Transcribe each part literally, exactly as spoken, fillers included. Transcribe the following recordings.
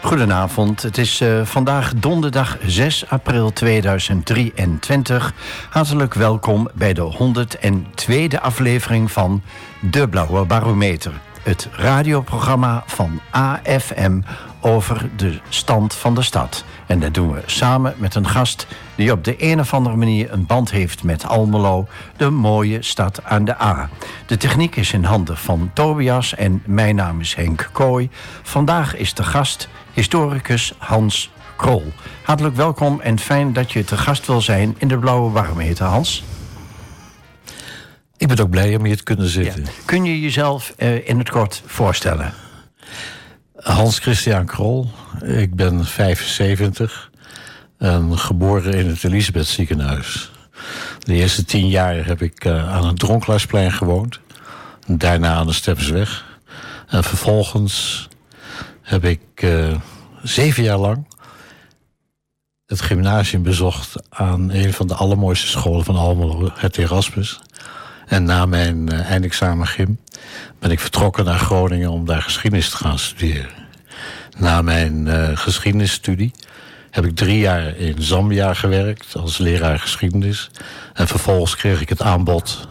Goedenavond, het is uh, vandaag donderdag zes april tweeduizend drieëntwintig. Hartelijk welkom bij de honderdtweede aflevering van De Blauwe Barometer. Het radioprogramma van A F M over de stand van de stad. En dat doen we samen met een gast die op de een of andere manier een band heeft met Almelo, de mooie stad aan de A. De techniek is in handen van Tobias en mijn naam is Henk Kooi. Vandaag is de gast historicus Hans Krol. Hartelijk welkom en fijn dat je te gast wil zijn in de Blauwe Barometer, Hans. Ik ben ook blij om hier te kunnen zitten. Ja. Kun je jezelf uh, in het kort voorstellen? Hans Christian Krol. Ik ben vijfenzeventig en geboren in het Elisabeth ziekenhuis. De eerste tien jaar heb ik uh, aan het Dronkelaasplein gewoond. Daarna aan de Stepsweg. En vervolgens heb ik uh, zeven jaar lang het gymnasium bezocht aan een van de allermooiste scholen van Almelo, het Erasmus. En na mijn uh, eindexamen gym ben ik vertrokken naar Groningen om daar geschiedenis te gaan studeren. Na mijn uh, geschiedenisstudie heb ik drie jaar in Zambia gewerkt als leraar geschiedenis. En vervolgens kreeg ik het aanbod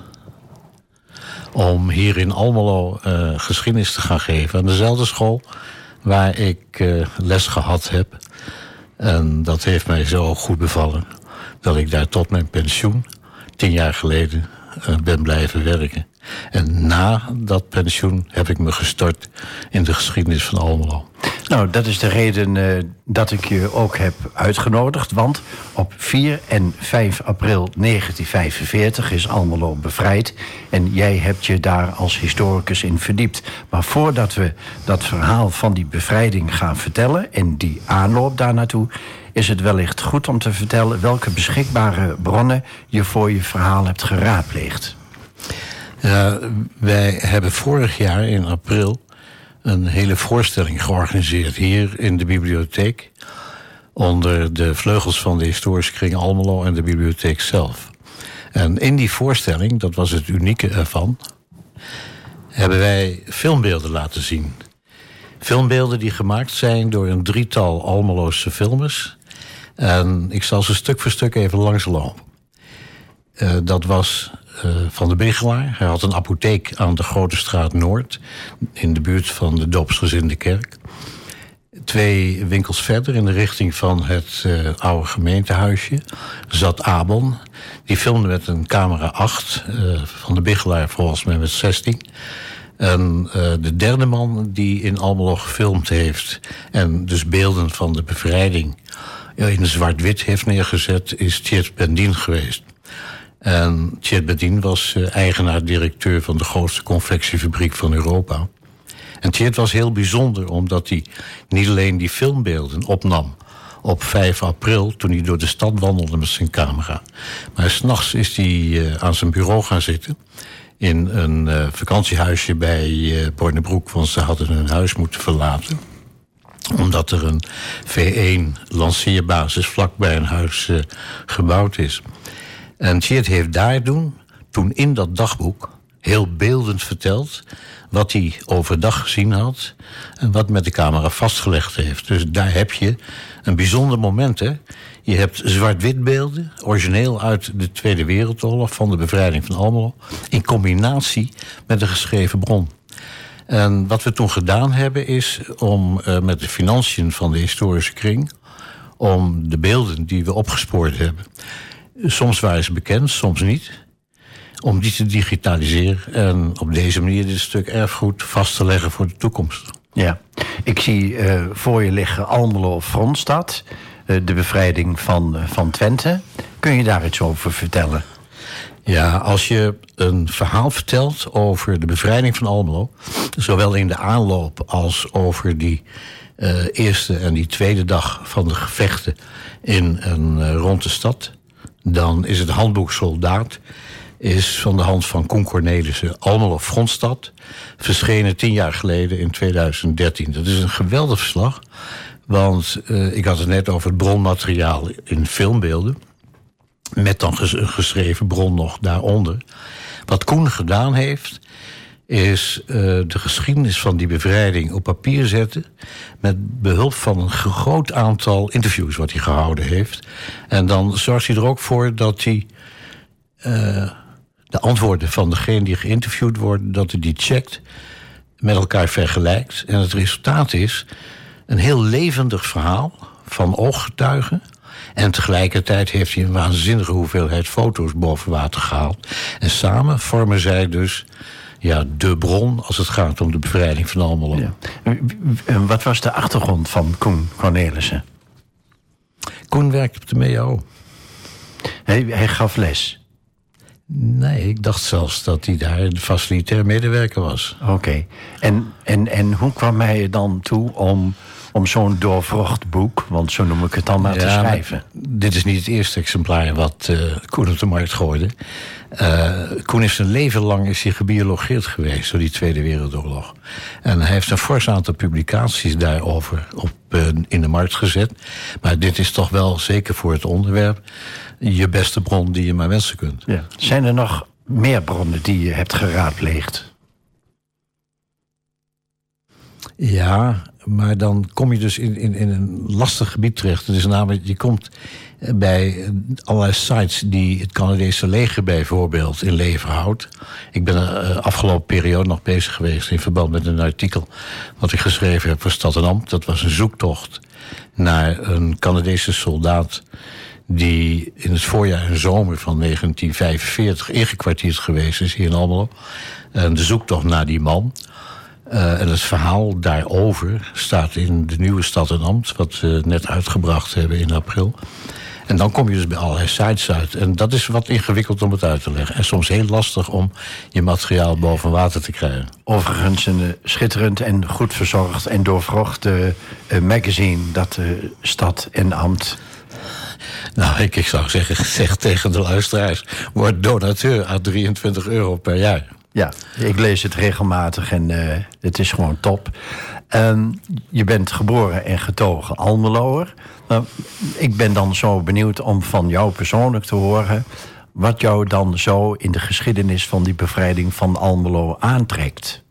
om hier in Almelo uh, geschiedenis te gaan geven aan dezelfde school waar ik uh, les gehad heb. En dat heeft mij zo goed bevallen dat ik daar tot mijn pensioen tien jaar geleden uh, ben blijven werken. En na dat pensioen heb ik me gestort in de geschiedenis van Almelo. Nou, dat is de reden uh, dat ik je ook heb uitgenodigd. Want op vier en vijf april negentien vijfenveertig is Almelo bevrijd. En jij hebt je daar als historicus in verdiept. Maar voordat we dat verhaal van die bevrijding gaan vertellen en die aanloop daar naartoe, is het wellicht goed om te vertellen welke beschikbare bronnen je voor je verhaal hebt geraadpleegd. Ja, wij hebben vorig jaar in april een hele voorstelling georganiseerd hier in de bibliotheek, onder de vleugels van de historische kring Almelo en de bibliotheek zelf. En in die voorstelling, dat was het unieke ervan, hebben wij filmbeelden laten zien. Filmbeelden die gemaakt zijn door een drietal Almeloze filmers. En ik zal ze stuk voor stuk even langslopen. Uh, dat was uh, Van de Bigelaar. Hij had een apotheek aan de Grote Straat Noord, in de buurt van de Doopsgezinde Kerk. Twee winkels verder, in de richting van het uh, oude gemeentehuisje, zat Abon. Die filmde met een camera acht, uh, Van de Bigelaar volgens mij met zestien. En uh, de derde man die in Almelo gefilmd heeft en dus beelden van de bevrijding in zwart-wit heeft neergezet, is Tjeerd Bendien geweest. En Tjeerd Bendien was uh, eigenaar-directeur van de grootste confectiefabriek van Europa. En Tjeerd was heel bijzonder omdat hij niet alleen die filmbeelden opnam op vijf april, toen hij door de stad wandelde met zijn camera. Maar 's nachts is hij uh, aan zijn bureau gaan zitten in een uh, vakantiehuisje bij uh, Bornebroek, want ze hadden hun huis moeten verlaten omdat er een V één lanceerbasis vlakbij een huis uh, gebouwd is. En Tjeerd heeft daar toen, toen in dat dagboek heel beeldend verteld wat hij overdag gezien had en wat met de camera vastgelegd heeft. Dus daar heb je een bijzonder moment, hè. Je hebt zwart-wit beelden, origineel uit de Tweede Wereldoorlog, van de bevrijding van Almelo, in combinatie met een geschreven bron. En wat we toen gedaan hebben is om uh, met de financiën van de historische kring, om de beelden die we opgespoord hebben, soms waren ze bekend, soms niet, om die te digitaliseren en op deze manier dit stuk erfgoed vast te leggen voor de toekomst. Ja, ik zie uh, voor je liggen Almelo Frontstad, uh, de bevrijding van, uh, van Twente. Kun je daar iets over vertellen? Ja, als je een verhaal vertelt over de bevrijding van Almelo, zowel in de aanloop als over die uh, eerste en die tweede dag van de gevechten in en uh, rond de stad, dan is het handboek Soldaat is van de hand van Koen Cornelissen, Almelo Frontstad, verschenen tien jaar geleden in tweeduizend dertien. Dat is een geweldig verslag, want uh, ik had het net over het bronmateriaal in filmbeelden, met dan ges- een geschreven bron nog daaronder. Wat Koen gedaan heeft, is uh, de geschiedenis van die bevrijding op papier zetten, met behulp van een groot aantal interviews wat hij gehouden heeft. En dan zorgt hij er ook voor dat hij uh, de antwoorden van degene die geïnterviewd worden, dat hij die checkt, met elkaar vergelijkt. En het resultaat is een heel levendig verhaal van ooggetuigen. En tegelijkertijd heeft hij een waanzinnige hoeveelheid foto's boven water gehaald. En samen vormen zij dus ja, de bron als het gaat om de bevrijding van Almelo. Ja. Wat was de achtergrond van Koen Cornelissen? Koen werkte op de M E O. Hij, hij gaf les? Nee, ik dacht zelfs dat hij daar de facilitair medewerker was. Oké. Okay. En, en, en hoe kwam hij er dan toe om, om zo'n doorvrocht boek, want zo noem ik het dan maar, ja, te schrijven? Dit is niet het eerste exemplaar wat uh, Koen op de markt gooide. Uh, Koen is zijn leven lang is hij gebiologeerd geweest door die Tweede Wereldoorlog. En hij heeft een fors aantal publicaties daarover op, uh, in de markt gezet. Maar dit is toch wel, zeker voor het onderwerp, je beste bron die je maar wensen kunt. Ja. Zijn er nog meer bronnen die je hebt geraadpleegd? Ja, maar dan kom je dus in, in, in een lastig gebied terecht. Dus namelijk, je komt bij allerlei sites die het Canadese leger bijvoorbeeld in leven houdt. Ik ben de uh, afgelopen periode nog bezig geweest in verband met een artikel wat ik geschreven heb voor Stad en Ambt. Dat was een zoektocht naar een Canadese soldaat die in het voorjaar en zomer van negentien vijfenveertig ingekwartierd geweest is hier in Almelo. En de zoektocht naar die man. Uh, en het verhaal daarover staat in de nieuwe Stad en Ambt, wat we net uitgebracht hebben in april. En dan kom je dus bij allerlei sites uit. En dat is wat ingewikkeld om het uit te leggen. En soms heel lastig om je materiaal boven water te krijgen. Overigens een uh, schitterend en goed verzorgd en doorvrocht uh, uh, magazine, dat uh, Stad en Ambt. Nou, ik, ik zou zeggen, zeg tegen de luisteraars, word donateur aan drieëntwintig euro per jaar. Ja, ik lees het regelmatig en uh, het is gewoon top. Um, je bent geboren en getogen Almeloer. Nou, ik ben dan zo benieuwd om van jou persoonlijk te horen wat jou dan zo in de geschiedenis van die bevrijding van Almelo aantrekt.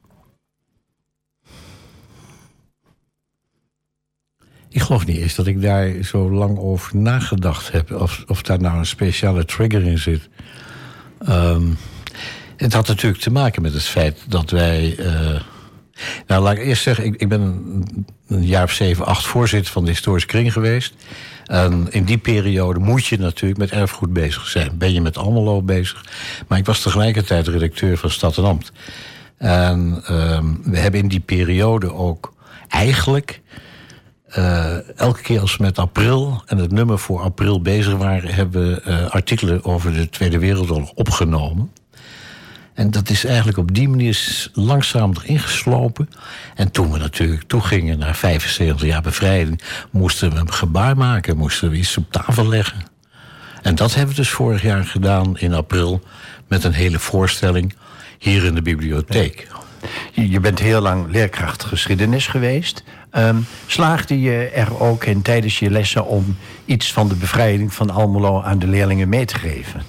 Ik geloof niet eens dat ik daar zo lang over nagedacht heb, of, of daar nou een speciale trigger in zit. Um, Het had natuurlijk te maken met het feit dat wij... Uh, nou, laat ik eerst zeggen, ik, ik ben een, een jaar of zeven, acht voorzitter van de historische kring geweest. En in die periode moet je natuurlijk met erfgoed bezig zijn. Ben je met Almelo bezig. Maar ik was tegelijkertijd redacteur van Stad en Ambt. En uh, we hebben in die periode ook eigenlijk... Uh, elke keer als we met april en het nummer voor april bezig waren... hebben we uh, artikelen over de Tweede Wereldoorlog opgenomen. En dat is eigenlijk op die manier langzaam erin geslopen. En toen we natuurlijk toegingen naar vijfenzeventig jaar bevrijding... moesten we een gebaar maken, moesten we iets op tafel leggen. En dat hebben we dus vorig jaar gedaan in april... met een hele voorstelling hier in de bibliotheek. Je bent heel lang leerkracht geschiedenis geweest. Um, slaagde je er ook in tijdens je lessen om iets van de bevrijding van Almelo aan de leerlingen mee te geven?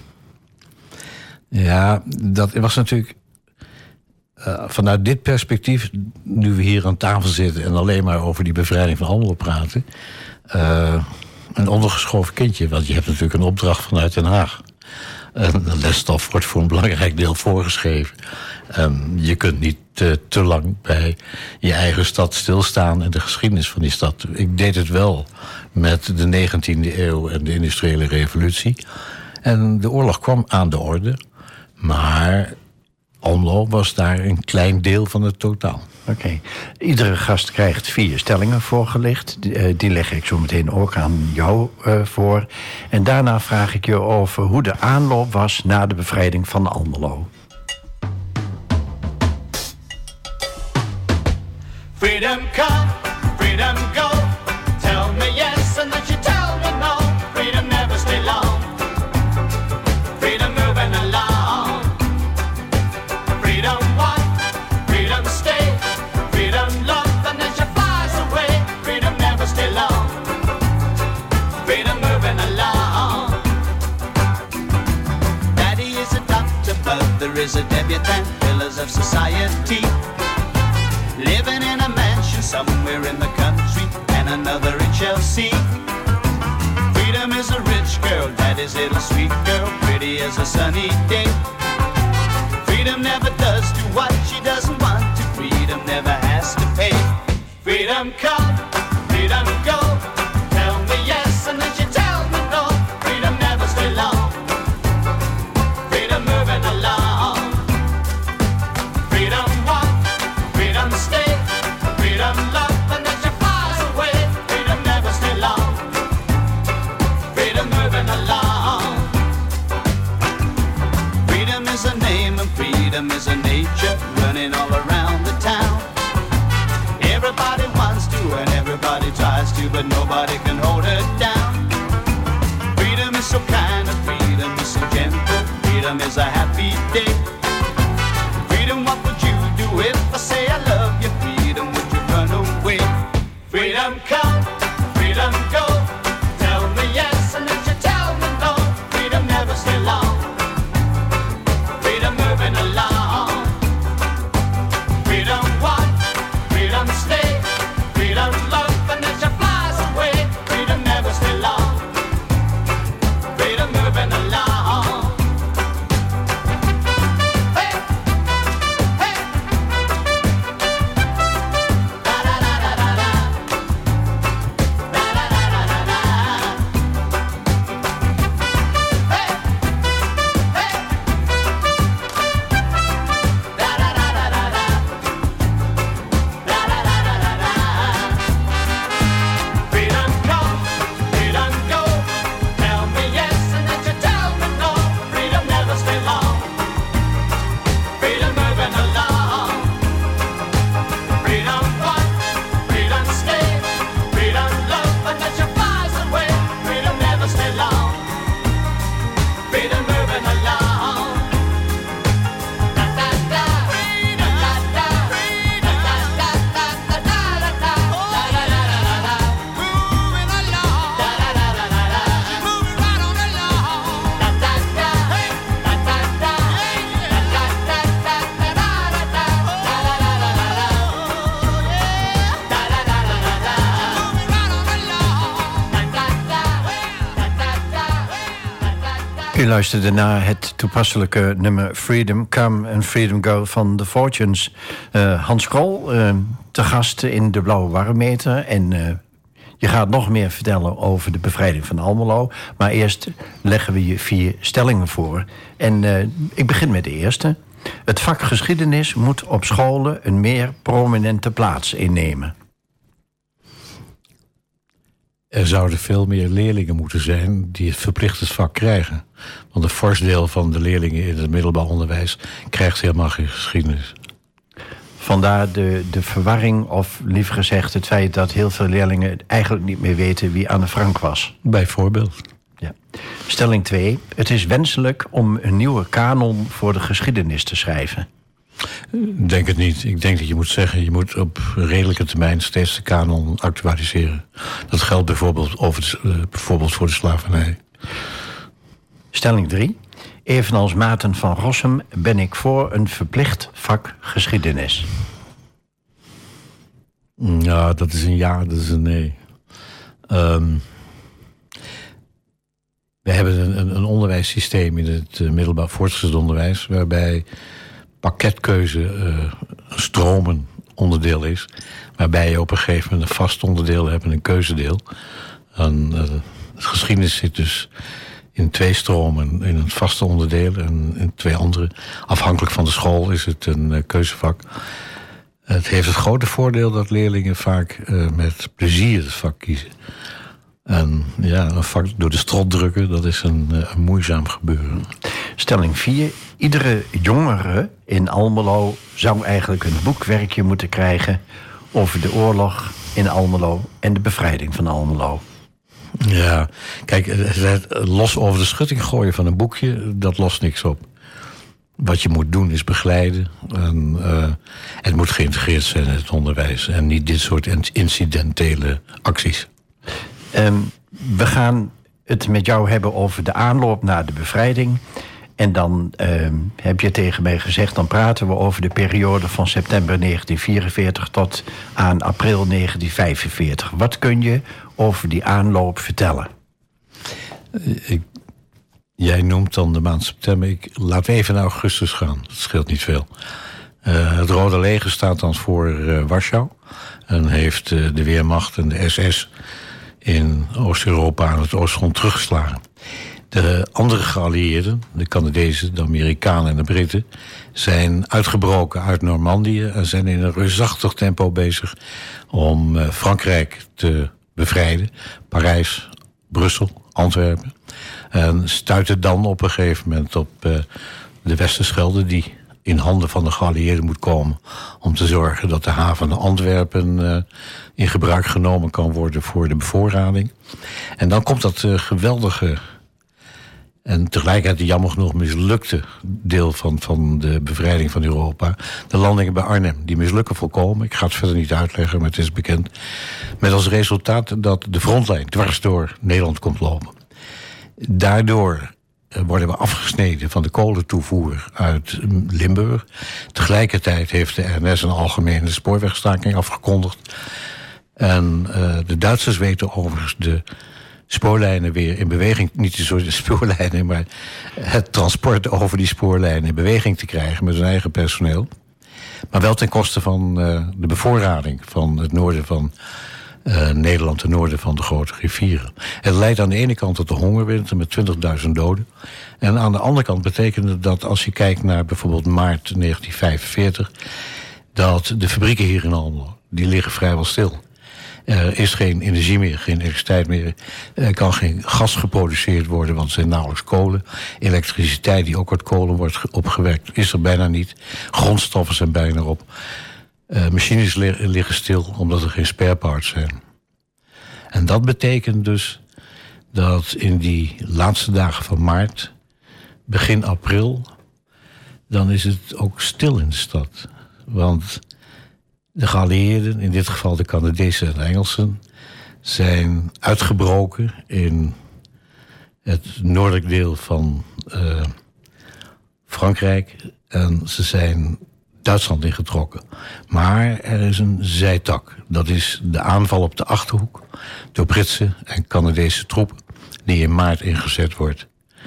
Ja, dat was natuurlijk uh, vanuit dit perspectief, nu we hier aan tafel zitten en alleen maar over die bevrijding van Almelo praten, uh, een ondergeschoven kindje, want je hebt natuurlijk een opdracht vanuit Den Haag. En de lesstof wordt voor een belangrijk deel voorgeschreven. Um, je kunt niet uh, te lang bij je eigen stad stilstaan en de geschiedenis van die stad. Ik deed het wel met de negentiende eeuw en de industriële revolutie. En de oorlog kwam aan de orde. Maar Almelo was daar een klein deel van het totaal. Oké. Okay. Iedere gast krijgt vier stellingen voorgelegd. Die, uh, die leg ik zo meteen ook aan jou uh, voor. En daarna vraag ik je over hoe de aanloop was na de bevrijding van Almelo. Freedom come, freedom go. Tell me yes and then you tell me no. Freedom never stay long. Freedom moving along. Freedom one, freedom stay. Freedom love and then she flies away. Freedom never stay long. Freedom moving along. Daddy is a doctor, mother is a debutante. pillars of society. Living in a mansion somewhere in the country, and another in Chelsea. Freedom is a rich girl, daddy's little sweet girl, pretty as a sunny day. Freedom never does do what she doesn't want to. Freedom never has to pay. Freedom come, freedom go. Tell me yes and then she tell me no. Freedom never stay long. Freedom moving along. Freedom walk, freedom stay. Freedom love and then she flies away. Freedom never stay long. Freedom moving along. Freedom is a name and freedom is a nature running all around the town. Everybody wants to and everybody tries to, but nobody can hold it down. Freedom is so kind and freedom is so gentle. Freedom is a happy day. Freedom, what would you do if I say I love you? Freedom, would you run away? Freedom come, freedom go. Tell me yes and then you tell me no. Freedom never stay long. Freedom moving along. Freedom walk, freedom stay. Freedom love and then she flies away. Freedom never stay long. Freedom moving along. Hey, hey. Da da da da da da. Da da da da da da. Hey, hey. Da da da da da da. Da da da da da da. Freedom come, freedom go. Tell me yes and then you tell me no. Freedom never stay long. Freedom moving along. Freedom walk, freedom stay. Freedom love and then she flies away. Freedom never stay long. Freedom moving along. Da da da. Da da da. Da da da da da da da da. Da da da da da. Moving along. Da da da da da da. Moving right on along. Da da da. Da da da. Da da da da da da da da. Da da da da da da. Da da da da da da. Moving right on along. Da da da. Da da da. Da da da. U luisterde naar het toepasselijke nummer Freedom Come and Freedom Go van The Fortunes. Uh, Hans Krol, uh, te gast in de Blauwe Barometer. En uh, je gaat nog meer vertellen over de bevrijding van Almelo. Maar eerst leggen we je vier stellingen voor. En uh, ik begin met de eerste. Het vak geschiedenis moet op scholen een meer prominente plaats innemen. Er zouden veel meer leerlingen moeten zijn die het verplichtingsvak krijgen. Want een fors deel van de leerlingen in het middelbaar onderwijs krijgt helemaal geen geschiedenis. Vandaar de, de verwarring, of liever gezegd het feit dat heel veel leerlingen eigenlijk niet meer weten wie Anne Frank was. Bijvoorbeeld. Ja. Stelling twee. Het is wenselijk om een nieuwe kanon voor de geschiedenis te schrijven. Ik denk het niet. Ik denk dat je moet zeggen, je moet op redelijke termijn steeds de kanon actualiseren. Dat geldt bijvoorbeeld, over de, uh, bijvoorbeeld voor de slavernij. Stelling drie. Evenals Maarten van Rossum ben ik voor een verplicht vak geschiedenis. Ja, dat is een ja, dat is een nee. Um, we hebben een, een onderwijssysteem in het uh, middelbaar voortgezet onderwijs, waarbij pakketkeuze uh, stromen onderdeel is. Waarbij je op een gegeven moment een vast onderdeel hebt en een keuzedeel. En, uh, de geschiedenis zit dus in twee stromen, in een vaste onderdeel en in twee andere. Afhankelijk van de school is het een uh, keuzevak. Het heeft het grote voordeel dat leerlingen vaak uh, met plezier het vak kiezen. En ja, een vak door de strot drukken, dat is een, uh, een moeizaam gebeuren. Stelling vier. Iedere jongere in Almelo zou eigenlijk een boekwerkje moeten krijgen over de oorlog in Almelo en de bevrijding van Almelo. Ja, kijk, het los over de schutting gooien van een boekje, dat lost niks op. Wat je moet doen is begeleiden. En, uh, het moet geïntegreerd zijn in het onderwijs en niet dit soort incidentele acties. Um, we gaan het met jou hebben over de aanloop naar de bevrijding. En dan uh, heb je tegen mij gezegd, dan praten we over de periode van september negentien vierenveertig tot aan april negentien vijfenveertig. Wat kun je over die aanloop vertellen? Ik, jij noemt dan de maand september. Ik, laten we even naar augustus gaan. Dat scheelt niet veel. Uh, het Rode Leger staat dan voor uh, Warschau. En heeft uh, de Weermacht en de S S in Oost-Europa aan het oostfront teruggeslagen. De andere geallieerden, de Canadezen, de Amerikanen en de Britten, zijn uitgebroken uit Normandië en zijn in een reusachtig tempo bezig om uh, Frankrijk te bevrijden. Parijs, Brussel, Antwerpen. En stuiten dan op een gegeven moment op uh, de Westerschelde, die in handen van de geallieerden moet komen om te zorgen dat de haven van Antwerpen uh, in gebruik genomen kan worden voor de bevoorrading. En dan komt dat uh, geweldige en tegelijkertijd jammer genoeg mislukte deel van, van de bevrijding van Europa. De landingen bij Arnhem, die mislukken volkomen. Ik ga het verder niet uitleggen, maar het is bekend. Met als resultaat dat de frontlijn dwars door Nederland komt lopen. Daardoor worden we afgesneden van de kolentoevoer uit Limburg. Tegelijkertijd heeft de R N S een algemene spoorwegstaking afgekondigd. En uh, de Duitsers weten overigens de spoorlijnen weer in beweging, niet de spoorlijnen, maar het transport over die spoorlijnen in beweging te krijgen met hun eigen personeel. Maar wel ten koste van uh, de bevoorrading van het noorden van uh, Nederland, ten noorden van de grote rivieren. Het leidt aan de ene kant tot de hongerwinter met twintigduizend doden. En aan de andere kant betekende dat, als je kijkt naar bijvoorbeeld maart negentien vijfenveertig, dat de fabrieken hier in Almelo, die liggen vrijwel stil. Er is geen energie meer, geen elektriciteit meer. Er kan geen gas geproduceerd worden, want er zijn nauwelijks kolen. Elektriciteit die ook uit kolen wordt opgewekt, is er bijna niet. Grondstoffen zijn bijna op. Uh, machines liggen stil, omdat er geen spare parts zijn. En dat betekent dus dat in die laatste dagen van maart, begin april, dan is het ook stil in de stad. Want de geallieerden, in dit geval de Canadezen en de Engelsen, zijn uitgebroken in het noordelijk deel van uh, Frankrijk. En ze zijn Duitsland ingetrokken. Maar er is een zijtak. Dat is de aanval op de Achterhoek door Britse en Canadese troepen, die in maart ingezet wordt.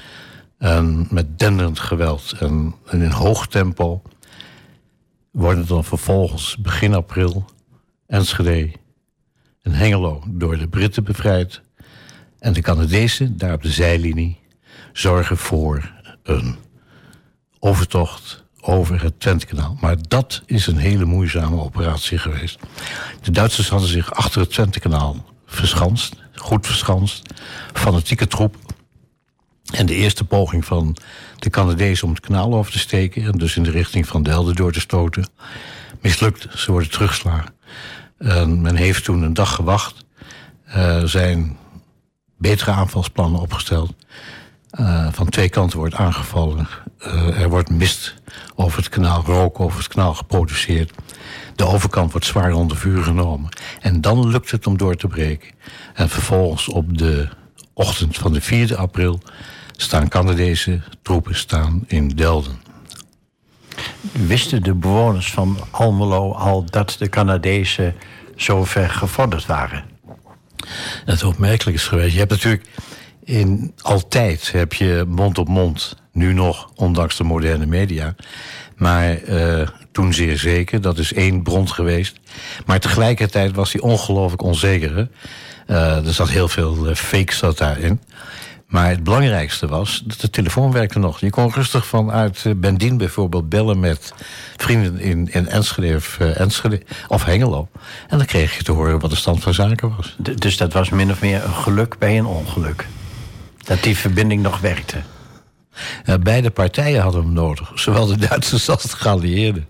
En met denderend geweld en, en in hoog tempo worden dan vervolgens begin april Enschede en Hengelo door de Britten bevrijd. En de Canadezen, daar op de zijlinie, zorgen voor een overtocht over het Twentekanaal. Maar dat is een hele moeizame operatie geweest. De Duitsers hadden zich achter het Twentekanaal verschanst, goed verschanst, fanatieke troep. En de eerste poging van de Canadezen om het kanaal over te steken, en dus in de richting van Delden door te stoten, mislukt. Ze worden teruggeslagen. En men heeft toen een dag gewacht. Er zijn betere aanvalsplannen opgesteld. Uh, van twee kanten wordt aangevallen. Uh, er wordt mist over het kanaal, rook over het kanaal geproduceerd. De overkant wordt zwaar onder vuur genomen. En dan lukt het om door te breken. En vervolgens op de ochtend van de vierde april staan Canadese troepen staan in Delden. Wisten de bewoners van Almelo al dat de Canadezen zo ver gevorderd waren? Het opmerkelijk is geweest. Je hebt natuurlijk in altijd heb je mond op mond, nu nog, ondanks de moderne media. Maar uh, toen zeer zeker, dat is één bron geweest. Maar tegelijkertijd was hij ongelooflijk onzeker. Hè? Uh, er zat heel veel uh, fake zat daarin. Maar het belangrijkste was dat de telefoon werkte nog. Je kon rustig vanuit uh, Bendien bijvoorbeeld bellen met vrienden in, in Enschede, of, uh, Enschede of Hengelo. En dan kreeg je te horen wat de stand van zaken was. D- dus dat was min of meer een geluk bij een ongeluk? Dat die verbinding nog werkte? Uh, beide partijen hadden hem nodig. Zowel de Duitsers als de geallieerden.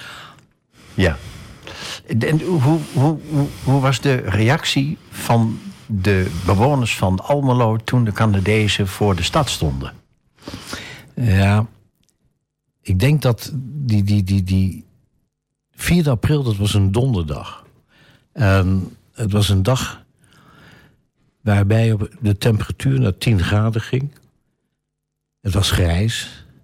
Ja. En hoe, hoe, hoe, hoe was de reactie van de bewoners van Almelo toen de Canadezen voor de stad stonden? Ja, ik denk dat die, die, die, die vierde april, dat was een donderdag. En het was een dag waarbij de temperatuur naar tien graden ging. Het was grijs.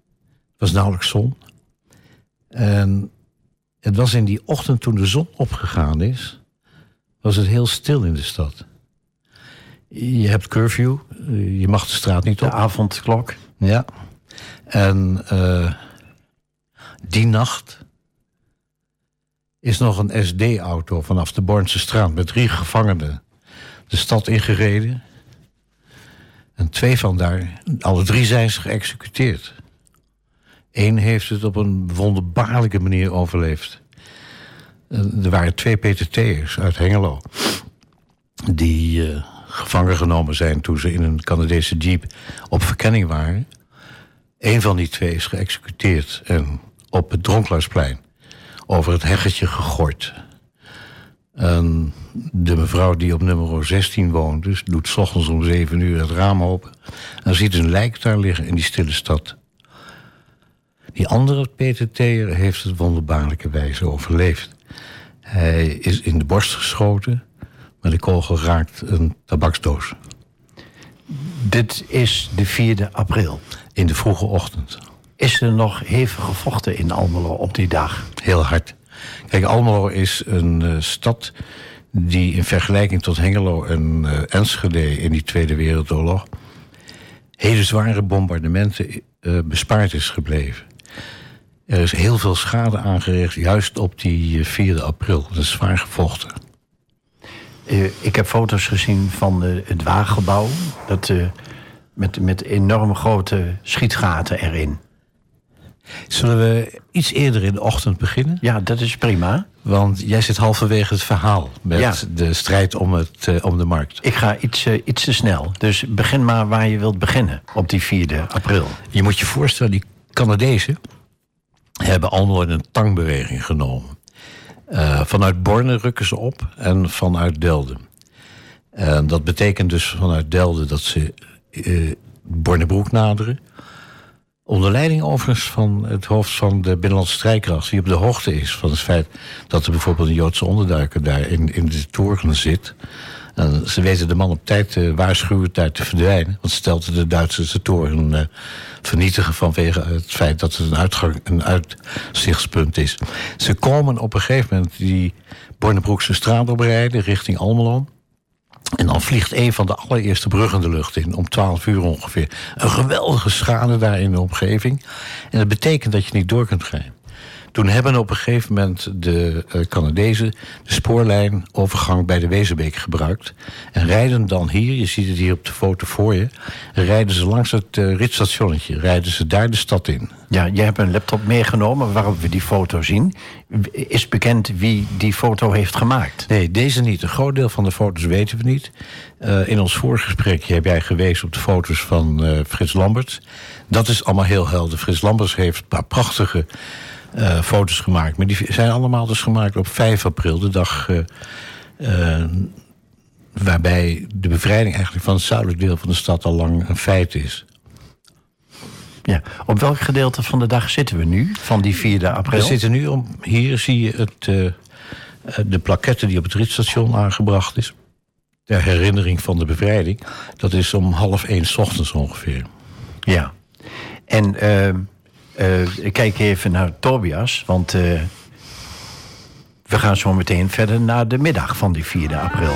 was nauwelijks zon. En het was in die ochtend toen de zon opgegaan is, was het heel stil in de stad. Je hebt curfew, je mag de straat niet op. De avondklok. Ja. En uh, die nacht is nog een S D-auto vanaf de Bornse straat met drie gevangenen de stad ingereden. En twee van daar, alle drie zijn ze geëxecuteerd. Eén heeft het op een wonderbaarlijke manier overleefd. Uh, er waren twee P T T'ers uit Hengelo die uh, gevangen genomen zijn toen ze in een Canadese jeep op verkenning waren. Eén van die twee is geëxecuteerd en op het Dronklaarsplein over het heggetje gegooid. En de mevrouw die op nummer zestien woont, dus doet 's ochtends om zeven uur het raam open en ziet een lijk daar liggen in die stille stad. Die andere P T T'er heeft het wonderbaarlijke wijze overleefd. Hij is in de borst geschoten, maar de kogel raakt een tabaksdoos. Dit is de vierde april. In de vroege ochtend. Is er nog hevig gevochten in Almelo op die dag? Heel hard. Kijk, Almelo is een uh, stad die in vergelijking tot Hengelo en uh, Enschede in die Tweede Wereldoorlog hele zware bombardementen uh, bespaard is gebleven. Er is heel veel schade aangericht, juist op die uh, vierde april. Dat is zwaar gevochten. Uh, ik heb foto's gezien van uh, het Waaggebouw. Dat, uh, met, met enorme grote schietgaten erin. Zullen we iets eerder in de ochtend beginnen? Ja, dat is prima. Want jij zit halverwege het verhaal met Ja. de strijd om, het, uh, om de markt. Ik ga iets, uh, iets te snel. Dus begin maar waar je wilt beginnen op die vierde april. Je moet je voorstellen, die Canadezen hebben allemaal in een tangbeweging genomen. Uh, vanuit Borne rukken ze op en vanuit Delden. En dat betekent dus vanuit Delden dat ze uh, Bornebroek naderen. Onder leiding overigens van het hoofd van de Binnenlandse Strijdkracht, die op de hoogte is van het feit dat er bijvoorbeeld een Joodse onderduiker daar in, in de toren zit. En ze weten de man op tijd te waarschuwen daar te verdwijnen. Want stel dat de Duitsers de toren uh, vernietigen vanwege het feit dat het een, uitgang, een uitzichtspunt is. Ze komen op een gegeven moment die Bornebroekse straat oprijden richting Almelo. En dan vliegt een van de allereerste bruggen de lucht in, om twaalf uur ongeveer. Een geweldige schade daar in de omgeving. En dat betekent dat je niet door kunt gaan. Toen hebben op een gegeven moment de uh, Canadezen de spoorlijnovergang bij de Wezenbeek gebruikt. En rijden dan hier, je ziet het hier op de foto voor je, rijden ze langs het uh, ritstationnetje, rijden ze daar de stad in. Ja, jij hebt een laptop meegenomen waarop we die foto zien. Is bekend wie die foto heeft gemaakt? Nee, deze niet. Een groot deel van de foto's weten we niet. Uh, in ons voorgesprekje heb jij gewezen op de foto's van uh, Frits Lamberts. Dat is allemaal heel helder. Frits Lamberts heeft een paar prachtige Uh, foto's gemaakt. Maar die zijn allemaal dus gemaakt op vijf april. De dag uh, uh, waarbij de bevrijding eigenlijk van het zuidelijk deel van de stad al lang een feit is. Ja, op welk gedeelte van de dag zitten we nu, van die vierde april? We zitten nu om, hier zie je het, uh, de plaquette die op het ritstation aangebracht is. Ter herinnering van de bevrijding. Dat is om half één 's ochtends ongeveer. Ja. En Uh, Uh, ik kijk even naar Tobias, want uh, we gaan zo meteen verder naar de middag van die vierde april.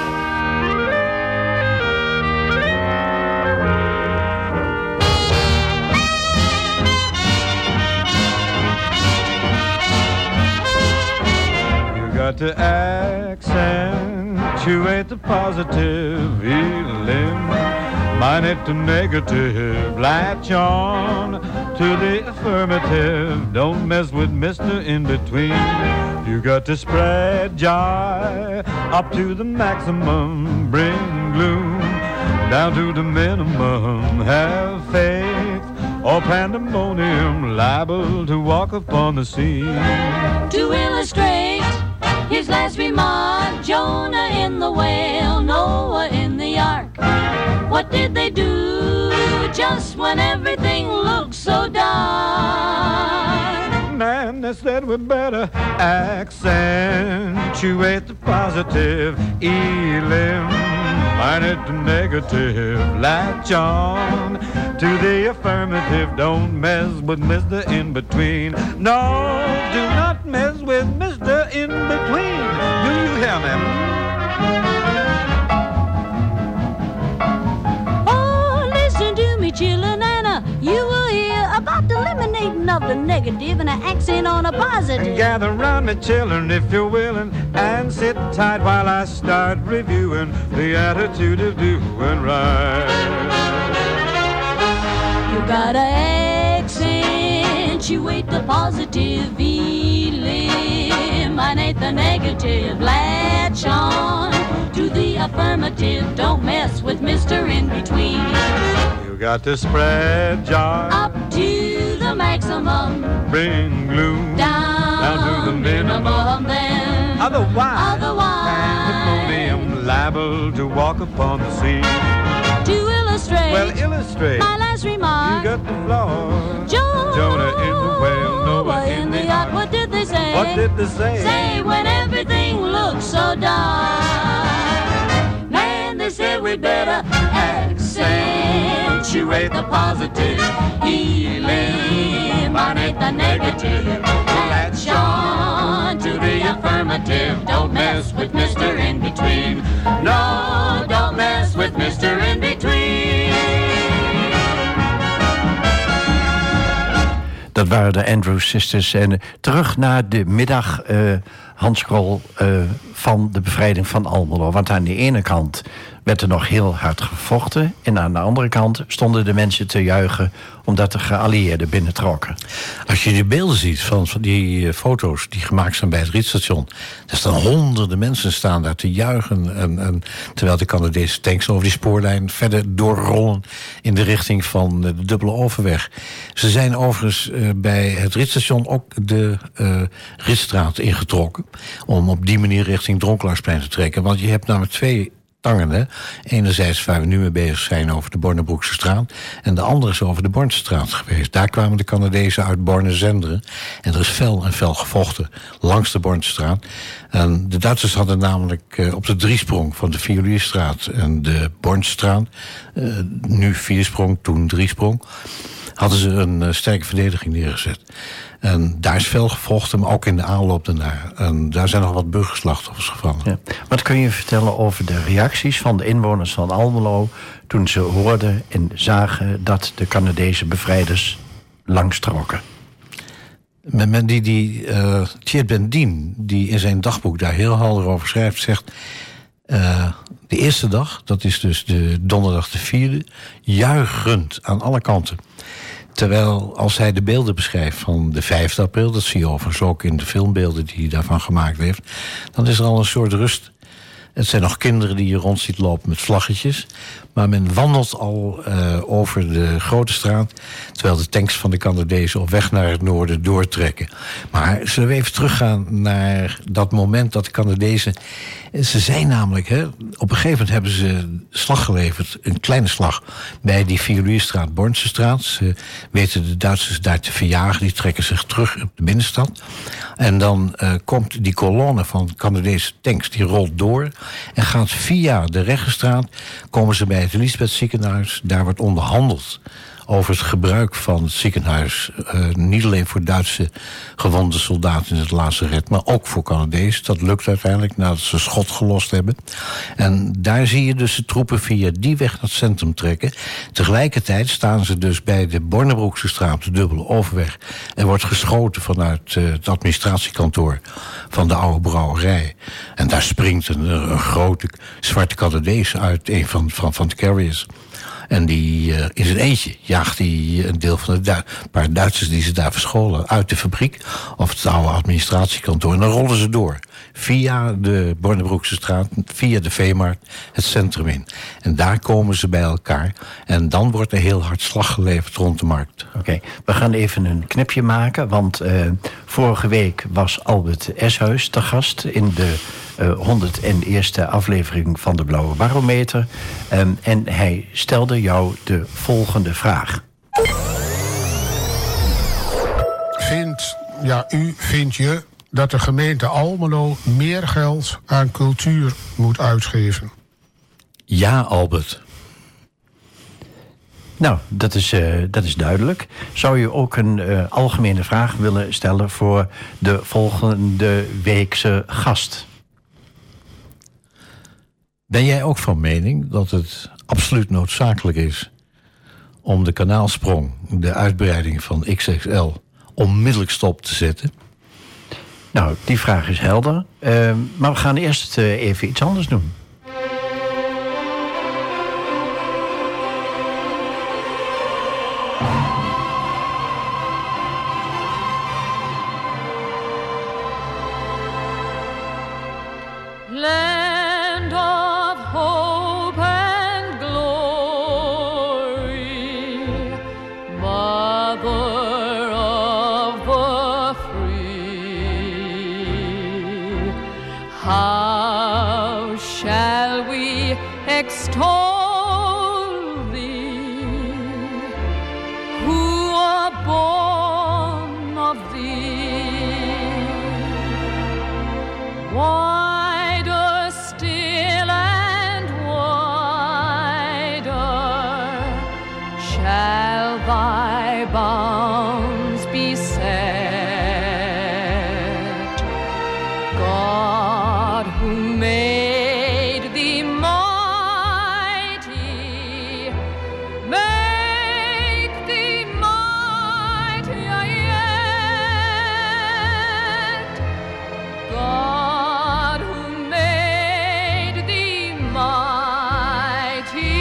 You got to accentuate the positive feeling. Minus to negative, latch on to the affirmative. Don't mess with Mister In Between. You got to spread joy up to the maximum. Bring gloom down to the minimum. Have faith or pandemonium, liable to walk upon the scene. To illustrate his last remark, Jonah in the whale, Noah in the ark. What did they do just when everything looked so dark? Man, they said we better accentuate the positive. Elim, Mine it to negative, latch on to the affirmative. Don't mess with Mister In-Between. No, do not mess with Mister In-Between. Do you hear me? Oh, listen to me, chillin' Anna. You will hear about the eliminating of the negative and an accent on a positive. Gather round me, children, if you're willing, and sit tight while I start reviewing the attitude of doing right. You gotta accentuate the positive, eliminate the negative, latch on to the affirmative. Don't mess with Mister In-Between. You got to spread joy Up to the maximum, bring gloom down, down to the minimum. Then Otherwise, Otherwise, pandemonium liable to walk upon the scene. to illustrate, Well, illustrate. my last You remark, got the flaw. Jonah, Jonah in the whale, Noah in the ark. What did they say? What did they say? Say when everything looks so dark. Man, they said we better accentuate the positive, eliminate the negative, latch on to the affirmative. Don't mess with Mister In-Between. No, don't mess with Mister In-Between. Dat waren de Andrews Sisters. En uh, terug naar de middag, uh, Hans Krol, uh, van de bevrijding van Almelo. Want aan de ene kant werd er nog heel hard gevochten. En aan de andere kant stonden de mensen te juichen omdat de geallieerden binnentrokken. Als je die beelden ziet van, van die uh, foto's die gemaakt zijn bij het Rietstation, er staan honderden mensen staan daar te juichen. En, en, terwijl de Canadese tanks over die spoorlijn verder doorrollen in de richting van uh, de Dubbele Overweg. Ze zijn overigens uh, bij het Rietstation ook de uh, Rietstraat ingetrokken om op die manier richting Dronkelaasplein te trekken. Want je hebt namelijk twee tangen, hè. Enerzijds waar we nu mee bezig zijn over de Bornebroekse straat, en de andere is over de Bornstraat geweest. Daar kwamen de Canadezen uit Borne-Zenderen. En er is fel en fel gevochten langs de Bornstraat. En de Duitsers hadden namelijk uh, op de driesprong van de Violierstraat en de Bornstraat, uh, nu viersprong, toen driesprong, hadden ze een uh, sterke verdediging neergezet. En daar is veel gevochten, maar ook in de aanloop daarna. En daar zijn nog wat burgerslachtoffers gevallen. Ja. Wat kun je vertellen over de reacties van de inwoners van Almelo toen ze hoorden en zagen dat de Canadese bevrijders langstrokken? Men, men die, die uh, Tjeerd Bendien, die in zijn dagboek daar heel helder over schrijft, zegt, Uh, de eerste dag, dat is dus de donderdag de vierde, juichend aan alle kanten. Terwijl als hij de beelden beschrijft van de vijfde april... dat zie je overigens ook in de filmbeelden die hij daarvan gemaakt heeft, dan is er al een soort rust. Het zijn nog kinderen die je rond ziet lopen met vlaggetjes, maar men wandelt al uh, over de Grote Straat, terwijl de tanks van de Canadezen op weg naar het noorden doortrekken. Maar zullen we even teruggaan naar dat moment dat de Canadezen, ze zijn namelijk, hè, op een gegeven moment hebben ze slag geleverd, een kleine slag, bij die Violierstraat, Bornse straat. Ze weten de Duitsers daar te verjagen, die trekken zich terug op de binnenstad. En dan uh, komt die kolonne van Canadese tanks, die rolt door en gaat via de Reggestraat, komen ze bij het Elisabeth ziekenhuis. Daar wordt onderhandeld over het gebruik van het ziekenhuis, Uh, niet alleen voor Duitse gewonde soldaten in het lazaret, maar ook voor Canadezen. Dat lukt uiteindelijk nadat ze schot gelost hebben. En daar zie je dus de troepen via die weg naar het centrum trekken. Tegelijkertijd staan ze dus bij de Bornebroekse straat, de Dubbele Overweg. Er wordt geschoten vanuit uh, het administratiekantoor van de oude brouwerij. En daar springt een, een grote zwarte Canadees uit, een van, van, van de carriers. En die uh, in zijn eentje jaagt hij een deel van de Du- paar Duitsers die ze daar verscholen uit de fabriek of het oude administratiekantoor. En dan rollen ze door via de Bornebroekse straat, via de Veemarkt, het centrum in. En daar komen ze bij elkaar. En dan wordt er heel hard slag geleverd rond de markt. Oké, okay, we gaan even een knipje maken, want uh, vorige week was Albert Eshuis te gast in de Uh, honderdéérste aflevering van de Blauwe Barometer. Um, en hij stelde jou de volgende vraag. Vindt, ja, u vindt je dat de gemeente Almelo meer geld aan cultuur moet uitgeven? Ja, Albert. Nou, dat is, uh, dat is duidelijk. Zou u ook een uh, algemene vraag willen stellen voor de volgende weekse gast? Ben jij ook van mening dat het absoluut noodzakelijk is om de kanaalsprong, de uitbreiding van X X L, onmiddellijk stop te zetten? Nou, die vraag is helder. Uh, maar we gaan eerst uh, even iets anders doen. Land of hope and glory, mother of the free, how shall we extol thee, who are born of thee? Why thy bounds be set, God who made thee mighty, make thee mightier yet. God who made thee mighty,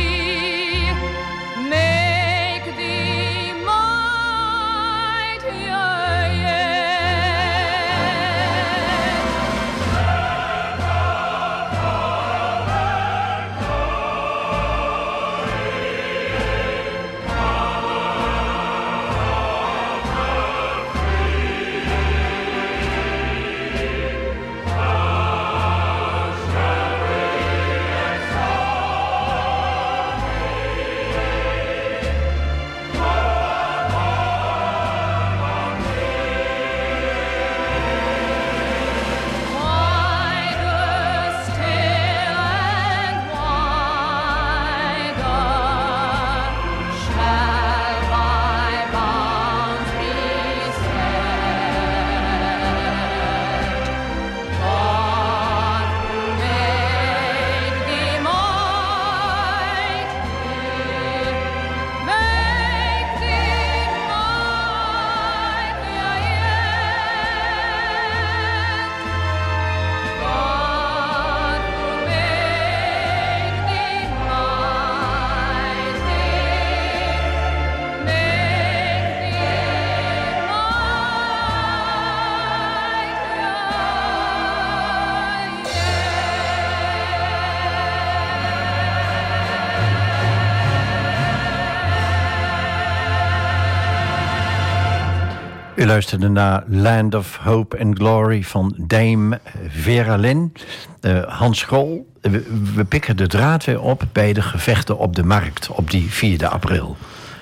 U luisterde naar Land of Hope and Glory van Dame Vera Lynn. Uh, Hans Grol, we, we pikken de draad weer op bij de gevechten op de markt op die vierde april.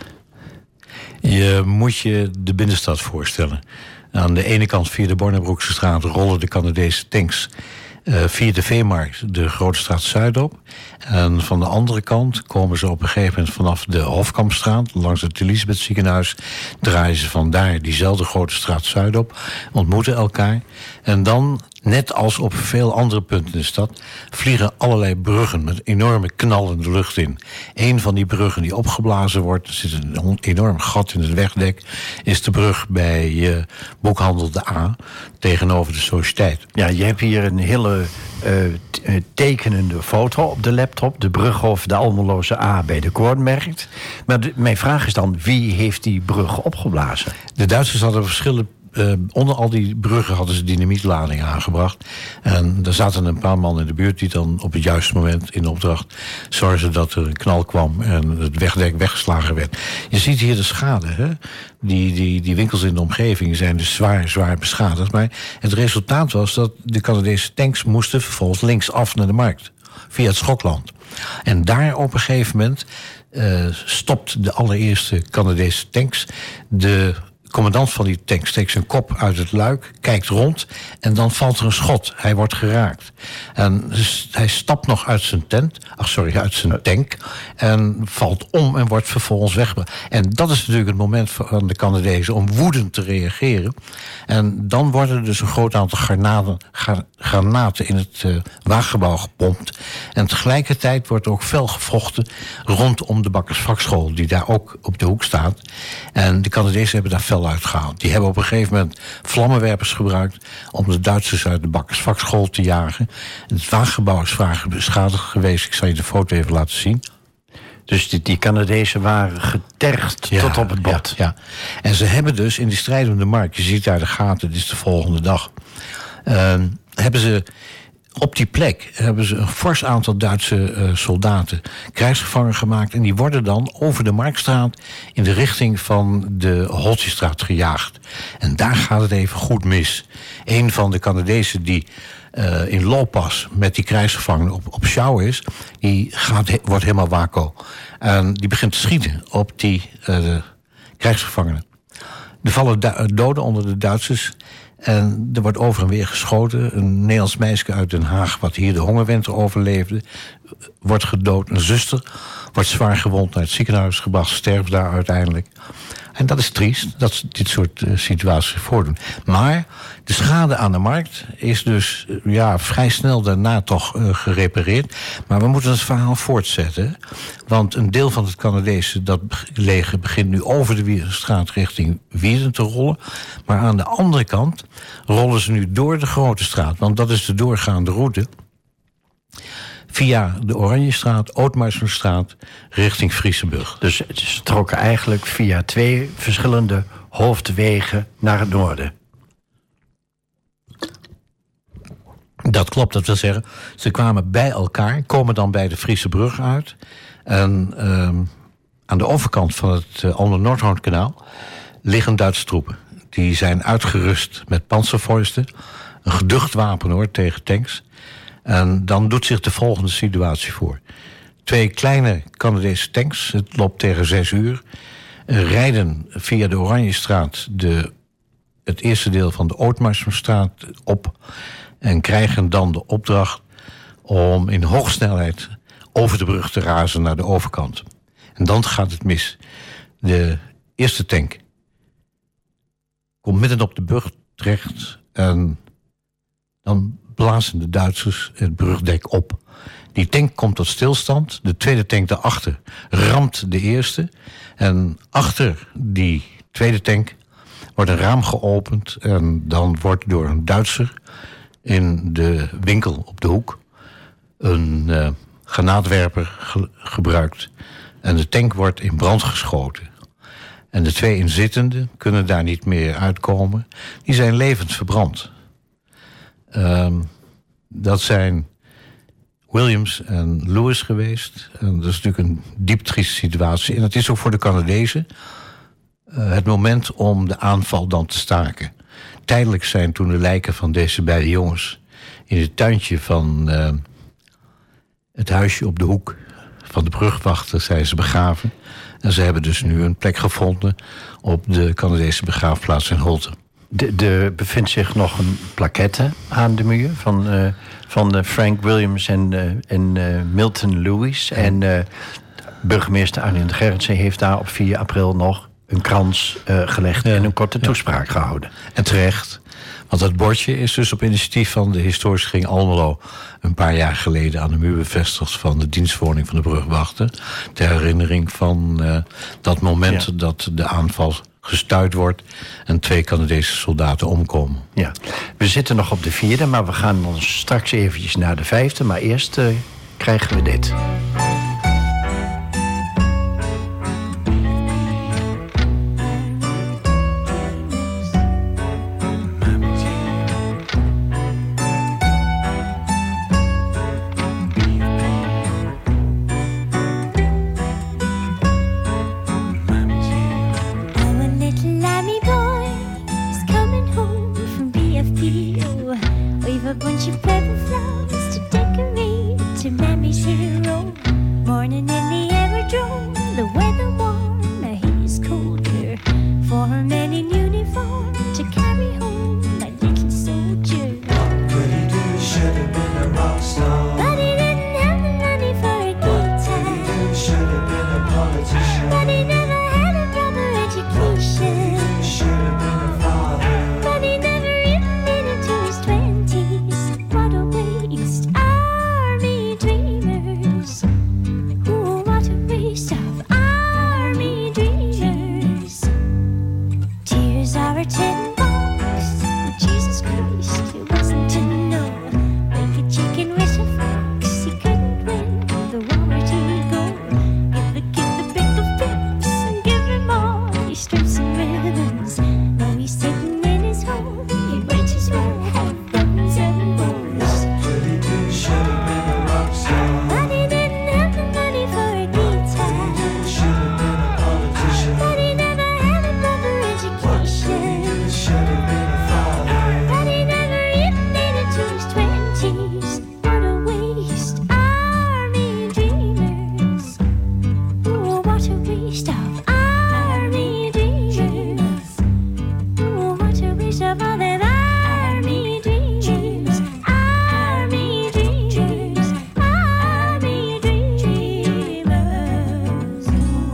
Je moet je de binnenstad voorstellen. Aan de ene kant via de Bornebroekse straat rollen de Canadese tanks Uh, via de Veemarkt de Grote Straat Zuid op. En van de andere kant komen ze op een gegeven moment vanaf de Hofkampstraat, langs het Elisabeth ziekenhuis, draaien ze vandaar diezelfde Grote Straat Zuid op, ontmoeten elkaar. En dan, net als op veel andere punten in de stad, vliegen allerlei bruggen met enorme knallen de lucht in. Een van die bruggen die opgeblazen wordt, er zit een enorm gat in het wegdek, is de brug bij uh, boekhandel De A tegenover de Sociëteit. Ja, je hebt hier een hele uh, t- uh, tekenende foto op de laptop. De brug over de Almeloze A bij de Koornmarkt. Maar de, mijn vraag is dan, wie heeft die brug opgeblazen? De Duitsers hadden verschillende Uh, onder al die bruggen hadden ze dynamietladingen aangebracht. En er zaten een paar man in de buurt die dan op het juiste moment in opdracht zorgden dat er een knal kwam en het wegdek weggeslagen werd. Je ziet hier de schade. Hè? Die, die, die winkels in de omgeving zijn dus zwaar, zwaar beschadigd. Maar het resultaat was dat de Canadese tanks moesten vervolgens linksaf naar de markt. Via het Schokland. En daar op een gegeven moment uh, stopt de allereerste Canadese tanks de De commandant van die tank steekt zijn kop uit het luik, kijkt rond en dan valt er een schot. Hij wordt geraakt. En dus hij stapt nog uit zijn tent, ach sorry, uit zijn tank en valt om en wordt vervolgens weggebracht. En dat is natuurlijk het moment van de Canadezen om woedend te reageren. En dan worden er dus een groot aantal granaten, granaten in het uh, wagengebouw gepompt. En tegelijkertijd wordt er ook fel gevochten rondom de bakkersvakschool, die daar ook op de hoek staat. En de Canadezen hebben daar fel uitgehaald. Die hebben op een gegeven moment vlammenwerpers gebruikt om de Duitsers uit de bakkersvakschool te jagen. Het wagengebouw is zwaar beschadigd geweest. Ik zal je de foto even laten zien. Dus die, die Canadezen waren getergd Ja, tot op het bot. Ja, ja. En ze hebben dus in die strijd om de markt, je ziet daar de gaten, dit is de volgende dag, uh, hebben ze op die plek hebben ze een fors aantal Duitse uh, soldaten krijgsgevangen gemaakt. En die worden dan over de Marktstraat in de richting van de Holtjestraat gejaagd. En daar gaat het even goed mis. Een van de Canadezen die uh, in looppas met die krijgsgevangenen op, op sjouw is, die gaat, he, wordt helemaal wako. En die begint te schieten op die uh, krijgsgevangenen. Er vallen du- doden onder de Duitsers. En er wordt over en weer geschoten. Een Nederlands meisje uit Den Haag, wat hier de hongerwinter overleefde, wordt gedood. Een zuster wordt zwaar gewond naar het ziekenhuis gebracht, sterft daar uiteindelijk. En dat is triest, dat dit soort uh, situaties voordoen. Maar de schade aan de markt is dus uh, ja, vrij snel daarna toch uh, gerepareerd. Maar we moeten het verhaal voortzetten. Want een deel van het Canadese dat leger begint nu over de Wierdenstraat richting Wierden te rollen. Maar aan de andere kant rollen ze nu door de Grote Straat. Want dat is de doorgaande route. Via de Oranjestraat, Ootmarsstraat, richting Friesenburg. Dus ze trokken eigenlijk via twee verschillende hoofdwegen naar het noorden. Dat klopt, dat wil zeggen, ze kwamen bij elkaar, komen dan bij de Friese brug uit. En uh, aan de overkant van het uh, Onder-Noordhoornkanaal liggen Duitse troepen. Die zijn uitgerust met panzerfäusten. Een geducht wapen hoor, tegen tanks. En dan doet zich de volgende situatie voor. Twee kleine Canadese tanks, het loopt tegen zes uur, rijden via de Oranjestraat de, het eerste deel van de Ootmarsstraat op en krijgen dan de opdracht om in hoge snelheid over de brug te razen naar de overkant. En dan gaat het mis. De eerste tank komt midden op de brug terecht en dan blazen de Duitsers het brugdek op. Die tank komt tot stilstand. De tweede tank daarachter ramt de eerste. En achter die tweede tank wordt een raam geopend. En dan wordt door een Duitser in de winkel op de hoek een uh, granaatwerper ge- gebruikt. En de tank wordt in brand geschoten. En de twee inzittenden kunnen daar niet meer uitkomen. Die zijn levend verbrand. Um, dat zijn Williams en Lewis geweest. En dat is natuurlijk een diep trieste situatie. En het is ook voor de Canadezen uh, het moment om de aanval dan te staken. Tijdelijk zijn toen de lijken van deze beide jongens in het tuintje van uh, het huisje op de hoek van de brugwachter zijn ze begraven. En ze hebben dus nu een plek gevonden op de Canadese begraafplaats in Holte. Er bevindt zich nog een plaquette aan de muur van, uh, van uh, Frank Williams en, uh, en uh, Milton Lewis. En uh, burgemeester Arjen Gerritsen heeft daar op vier april nog een krans uh, gelegd ja. en een korte toespraak ja. gehouden. En terecht, want dat bordje is dus op initiatief van de historische kring Almelo een paar jaar geleden aan de muur bevestigd van de dienstwoning van de brugwachter. Ter herinnering van uh, dat moment ja. dat de aanval gestuit wordt en twee Canadese soldaten omkomen. Ja, we zitten nog op de vierde, maar we gaan dan straks eventjes naar de vijfde. Maar eerst uh, krijgen we dit. Morning in the aerodrome, the weather warm, the heat is colder. For many new First of all, that army dreamers, army dreamers, army dreamers.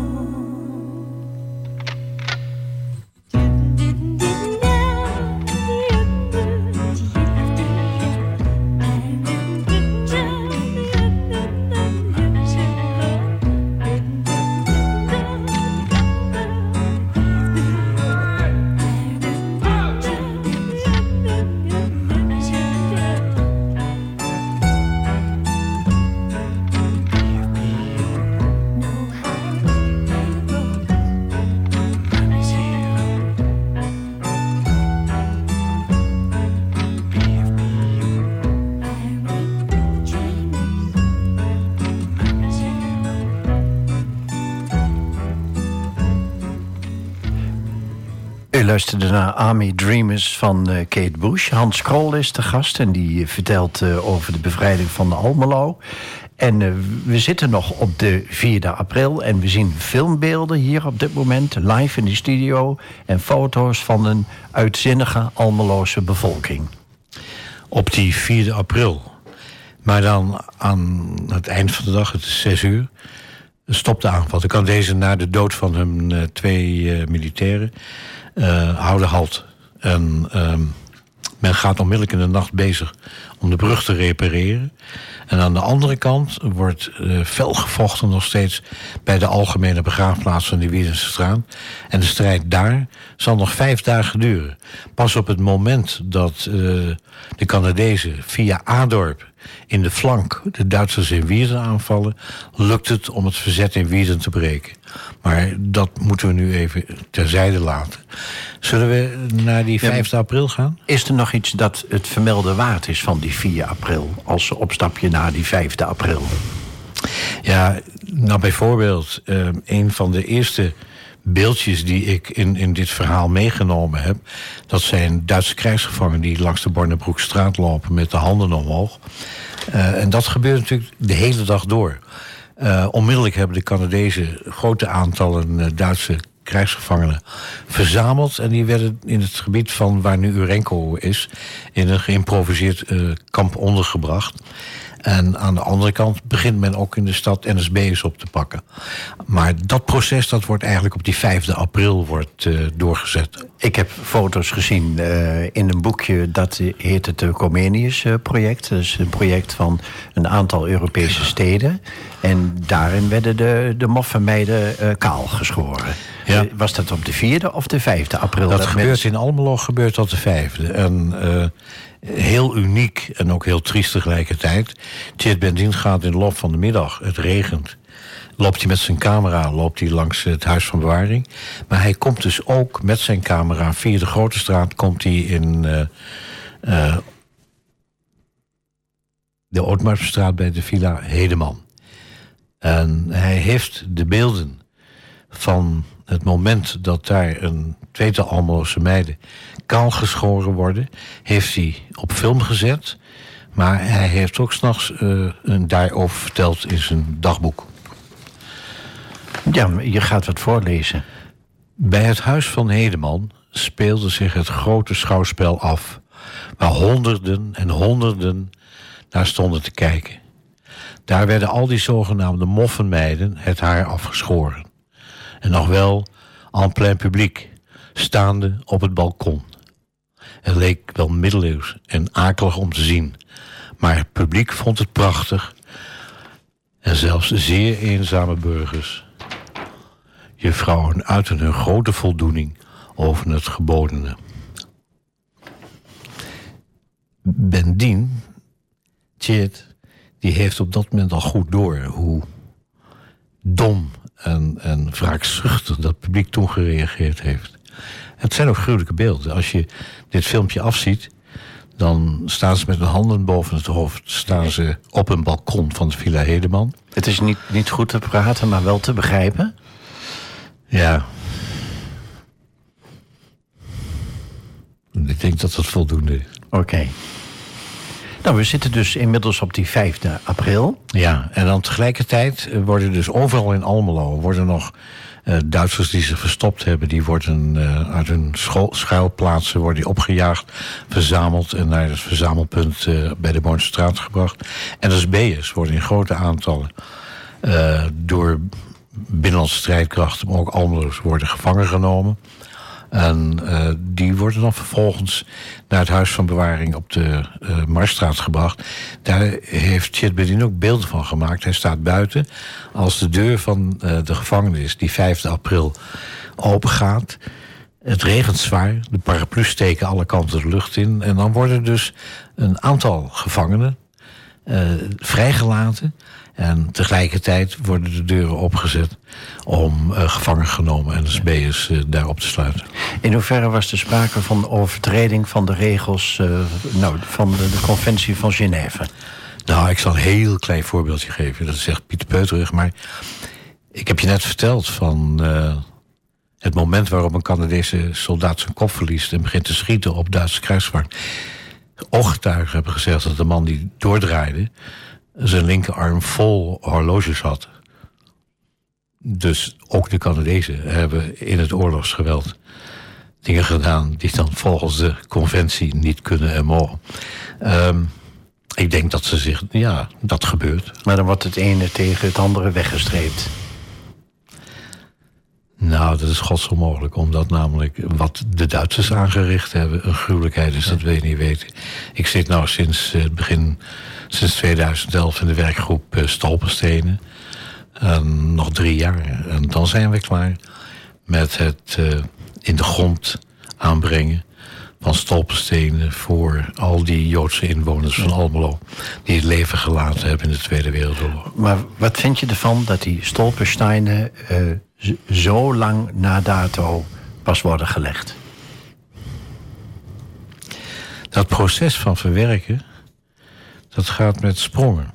U luisterde naar Army Dreamers van uh, Kate Bush. Hans Krol is de gast en die uh, vertelt uh, over de bevrijding van de Almelo. En uh, we zitten nog op de vierde april en we zien filmbeelden hier op dit moment live in de studio en foto's van een uitzinnige Almeloze bevolking. Op die vierde april. Maar dan aan het eind van de dag, het is zes uur, stopt de aanval. De Canadezen na de dood van hun uh, twee uh, militairen uh, houden halt. En uh, men gaat onmiddellijk in de nacht bezig om de brug te repareren. En aan de andere kant wordt uh, fel gevochten nog steeds bij de algemene begraafplaats van de Wiedensestraat. En de strijd daar zal nog vijf dagen duren. Pas op het moment dat uh, de Canadezen via Adorp in de flank de Duitsers in Wierden aanvallen, lukt het om het verzet in Wierden te breken. Maar dat moeten we nu even terzijde laten. Zullen we naar die vijfde april gaan? Is er nog iets dat het vermelden waard is van die vierde april... als opstapje naar die vijfde april? Ja, nou bijvoorbeeld uh, een van de eerste beeldjes die ik in, in dit verhaal meegenomen heb, dat zijn Duitse krijgsgevangenen die langs de Bornebroekstraat lopen met de handen omhoog. Uh, en dat gebeurt natuurlijk de hele dag door. Uh, onmiddellijk hebben de Canadezen grote aantallen uh, Duitse krijgsgevangenen verzameld. En die werden in het gebied van waar nu Urenco is, in een geïmproviseerd uh, kamp ondergebracht. En aan de andere kant begint men ook in de stad N S B'ers op te pakken. Maar dat proces dat wordt eigenlijk op die vijfde april wordt, uh, doorgezet. Ik heb foto's gezien uh, in een boekje, dat heet het Comenius-project. Dat is een project van een aantal Europese steden. En daarin werden de, de moffenmeiden uh, kaal geschoren. Ja. Was dat op de vierde of de vijfde april? Dat, dat gebeurt mensen... in Almelo gebeurt op de vijfde. En uh, heel uniek en ook heel triest tegelijkertijd. Tjeerd Bendien gaat in de loop van de middag, het regent, loopt hij met zijn camera loopt hij langs het Huis van Bewaring. Maar hij komt dus ook met zijn camera via de Grote Straat, komt hij in uh, uh, de Ootmarsstraat bij de Villa Hedeman. En hij heeft de beelden van het moment dat daar een tweetal Almeloze meiden kaal geschoren worden, heeft hij op film gezet. Maar hij heeft ook 's nachts uh, daarover verteld in zijn dagboek. Ja, je gaat wat voorlezen. Bij het Huis van Hedeman speelde zich het grote schouwspel af, waar honderden en honderden naar stonden te kijken. Daar werden al die zogenaamde moffenmeiden het haar afgeschoren. En nog wel en plein publiek, staande op het balkon. Het leek wel middeleeuws en akelig om te zien, maar het publiek vond het prachtig. En zelfs zeer eenzame burgers. Juffrouwen uiten hun grote voldoening over het gebodene. Bendien, Tjeerd, die heeft op dat moment al goed door hoe dom en, en wraakzuchtig dat publiek toen gereageerd heeft. Het zijn ook gruwelijke beelden. Als je dit filmpje afziet, dan staan ze met hun handen boven het hoofd, staan ze op een balkon van de Villa Hedeman. Het is niet, niet goed te praten, maar wel te begrijpen. Ja. Ik denk dat dat voldoende is. Oké. Okay. Nou, we zitten dus inmiddels op die vijfde april. Ja, en dan tegelijkertijd worden dus overal in Almelo worden nog uh, Duitsers die zich verstopt hebben, die worden uh, uit hun school, schuilplaatsen worden die opgejaagd, verzameld en naar het verzamelpunt uh, bij de Moornstraat gebracht. En de S B'ers worden in grote aantallen uh, door binnenlandse strijdkrachten, maar ook Almelo's worden gevangen genomen. En uh, die worden dan vervolgens naar het huis van bewaring op de uh, Marsstraat gebracht. Daar heeft Chet Bedin ook beelden van gemaakt. Hij staat buiten. Als de deur van uh, de gevangenis, die vijfde april, open gaat. Het regent zwaar. De paraplu's steken alle kanten de lucht in. En dan worden dus een aantal gevangenen uh, vrijgelaten. En tegelijkertijd worden de deuren opgezet om uh, gevangen genomen en de S B'ers uh, daarop te sluiten. In hoeverre was er sprake van overtreding van de regels uh, nou, van de, de conventie van Genève? Nou, ik zal een heel klein voorbeeldje geven. Dat is echt Pieter Peuterig, maar ik heb je net verteld van uh, het moment waarop een Canadese soldaat zijn kop verliest en begint te schieten op Duitse krijgsvaart. Ooggetuigen hebben gezegd dat de man die doordraaide zijn linkerarm vol horloges had. Dus ook de Canadezen hebben in het oorlogsgeweld dingen gedaan die dan volgens de conventie niet kunnen en mogen. Um, ik denk dat ze zich, ja, dat gebeurt. Maar dan wordt het ene tegen het andere weggestreept. Nou, dat is godsonmogelijk, omdat namelijk wat de Duitsers aangericht hebben een gruwelijkheid is, dat wil je niet weten. Ik zit nou sinds het begin, sinds tweeduizend elf in de werkgroep uh, Stolperstenen. En nog drie jaar. En dan zijn we klaar met het uh, in de grond aanbrengen van stolpenstenen voor al die Joodse inwoners van Almelo die het leven gelaten hebben in de Tweede Wereldoorlog. Maar wat vind je ervan dat die stolpensteinen uh, z- zo lang na dato pas worden gelegd? Dat proces van verwerken, dat gaat met sprongen.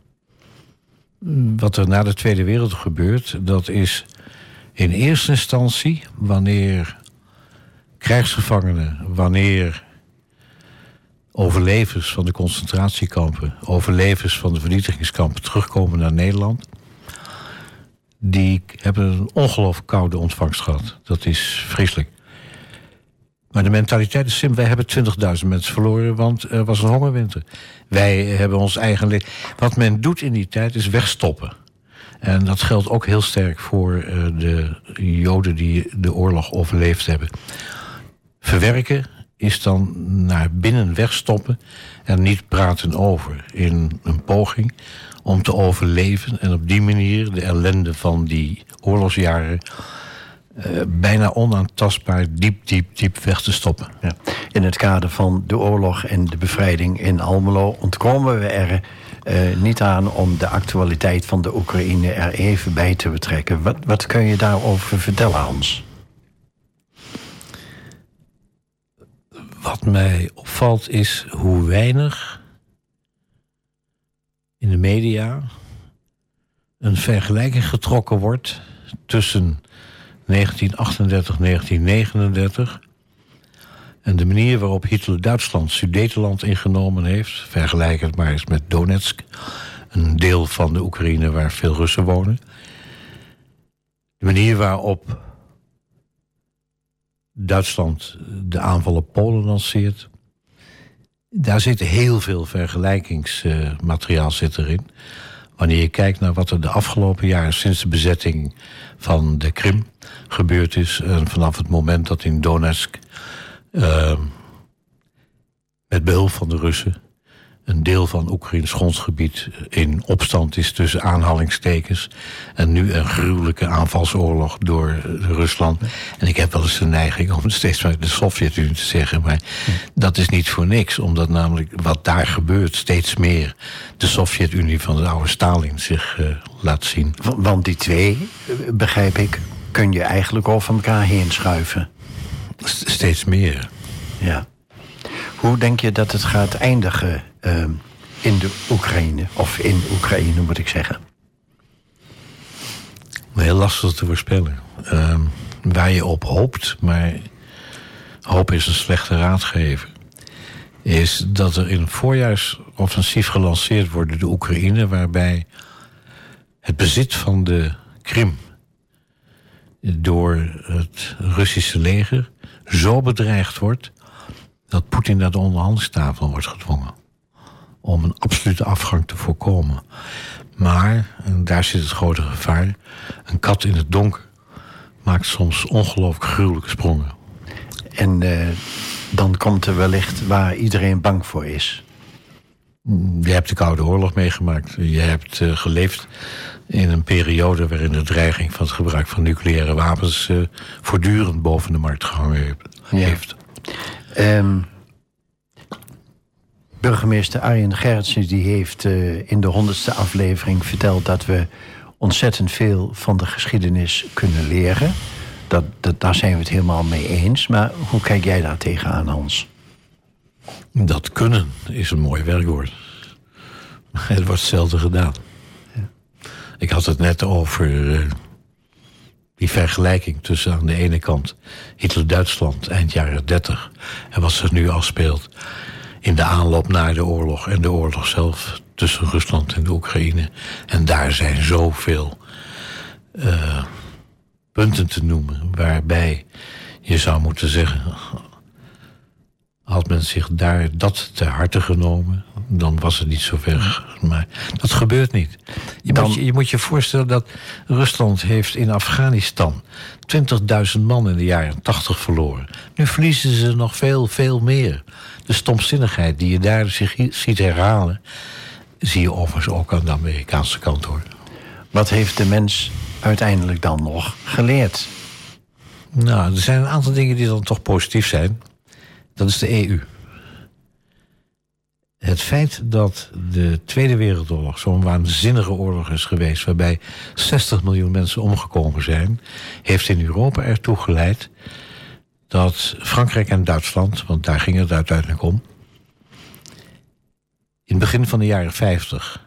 Wat er na de Tweede Wereldoorlog gebeurt, dat is in eerste instantie wanneer krijgsgevangenen, wanneer overlevers van de concentratiekampen, overlevers van de vernietigingskampen terugkomen naar Nederland, die hebben een ongelooflijk koude ontvangst gehad. Dat is vreselijk. Maar de mentaliteit is simpel. Wij hebben twintigduizend mensen verloren, want er was een hongerwinter. Wij hebben ons eigen leven. Wat men doet in die tijd is wegstoppen. En dat geldt ook heel sterk voor uh, de Joden die de oorlog overleefd hebben. Verwerken is dan naar binnen wegstoppen en niet praten over. In een poging om te overleven en op die manier de ellende van die oorlogsjaren Uh, bijna onaantastbaar diep, diep, diep weg te stoppen. Ja. In het kader van de oorlog en de bevrijding in Almelo ontkomen we er uh, niet aan om de actualiteit van de Oekraïne er even bij te betrekken. Wat, wat kun je daarover vertellen, Hans? Wat mij opvalt is hoe weinig in de media een vergelijking getrokken wordt tussen negentien achtendertig, negentien negenendertig. En de manier waarop Hitler Duitsland, Sudetenland ingenomen heeft, vergelijk het maar eens met Donetsk, een deel van de Oekraïne waar veel Russen wonen. De manier waarop Duitsland de aanval op Polen lanceert, daar zit heel veel vergelijkingsmateriaal zit erin. Wanneer je kijkt naar wat er de afgelopen jaren sinds de bezetting van de Krim gebeurd is, en vanaf het moment dat in Donetsk uh, met behulp van de Russen een deel van Oekraïns grondgebied in opstand is tussen aanhalingstekens en nu een gruwelijke aanvalsoorlog door Rusland. En ik heb wel eens de neiging om het steeds maar de Sovjet-Unie te zeggen, maar ja. Dat is niet voor niks, omdat namelijk wat daar gebeurt steeds meer de Sovjet-Unie van de oude Stalin zich uh, laat zien. Want die twee, begrijp ik, kun je eigenlijk over elkaar heen schuiven. Steeds meer. Ja. Hoe denk je dat het gaat eindigen uh, in de Oekraïne? Of in Oekraïne, moet ik zeggen. Heel lastig te voorspellen. Uh, waar je op hoopt, maar hoop is een slechte raadgever. is dat er in een voorjaarsoffensief gelanceerd wordt door de Oekraïne, waarbij het bezit van de Krim door het Russische leger zo bedreigd wordt dat Poetin naar de onderhandelingstafel wordt gedwongen om een absolute afgang te voorkomen. Maar, en daar zit het grote gevaar, een kat in het donker maakt soms ongelooflijk gruwelijke sprongen. En uh, dan komt er wellicht waar iedereen bang voor is. Je hebt de Koude Oorlog meegemaakt. Je hebt uh, geleefd in een periode waarin de dreiging van het gebruik van nucleaire wapens uh, voortdurend boven de markt gehangen heeft. Ja. Um, burgemeester Arjen Gerritsen die heeft uh, in de honderdste aflevering verteld dat we ontzettend veel van de geschiedenis kunnen leren. Dat, dat, daar zijn we het helemaal mee eens. Maar hoe kijk jij daar tegenaan, Hans? Dat kunnen is een mooi werkwoord. Het wordt zelden gedaan. Ja. Ik had het net over uh, die vergelijking tussen aan de ene kant Hitler-Duitsland eind jaren dertig en wat zich nu afspeelt in de aanloop naar de oorlog en de oorlog zelf tussen Rusland en de Oekraïne. En daar zijn zoveel uh, punten te noemen waarbij je zou moeten zeggen, had men zich daar dat te harte genomen, dan was het niet zo ver. Maar dat gebeurt niet. Je, dan... moet, je, je moet je voorstellen dat Rusland heeft in Afghanistan twintigduizend man in de jaren tachtig verloren. Nu verliezen ze nog veel, veel meer. De stomzinnigheid die je daar zich ziet herhalen, zie je overigens ook aan de Amerikaanse kant, hoor. Wat heeft de mens uiteindelijk dan nog geleerd? Nou, er zijn een aantal dingen die dan toch positief zijn. Dat is de E U. Het feit dat de Tweede Wereldoorlog zo'n waanzinnige oorlog is geweest, waarbij zestig miljoen mensen omgekomen zijn, heeft in Europa ertoe geleid dat Frankrijk en Duitsland, want daar ging het uiteindelijk om, in het begin van de jaren vijftig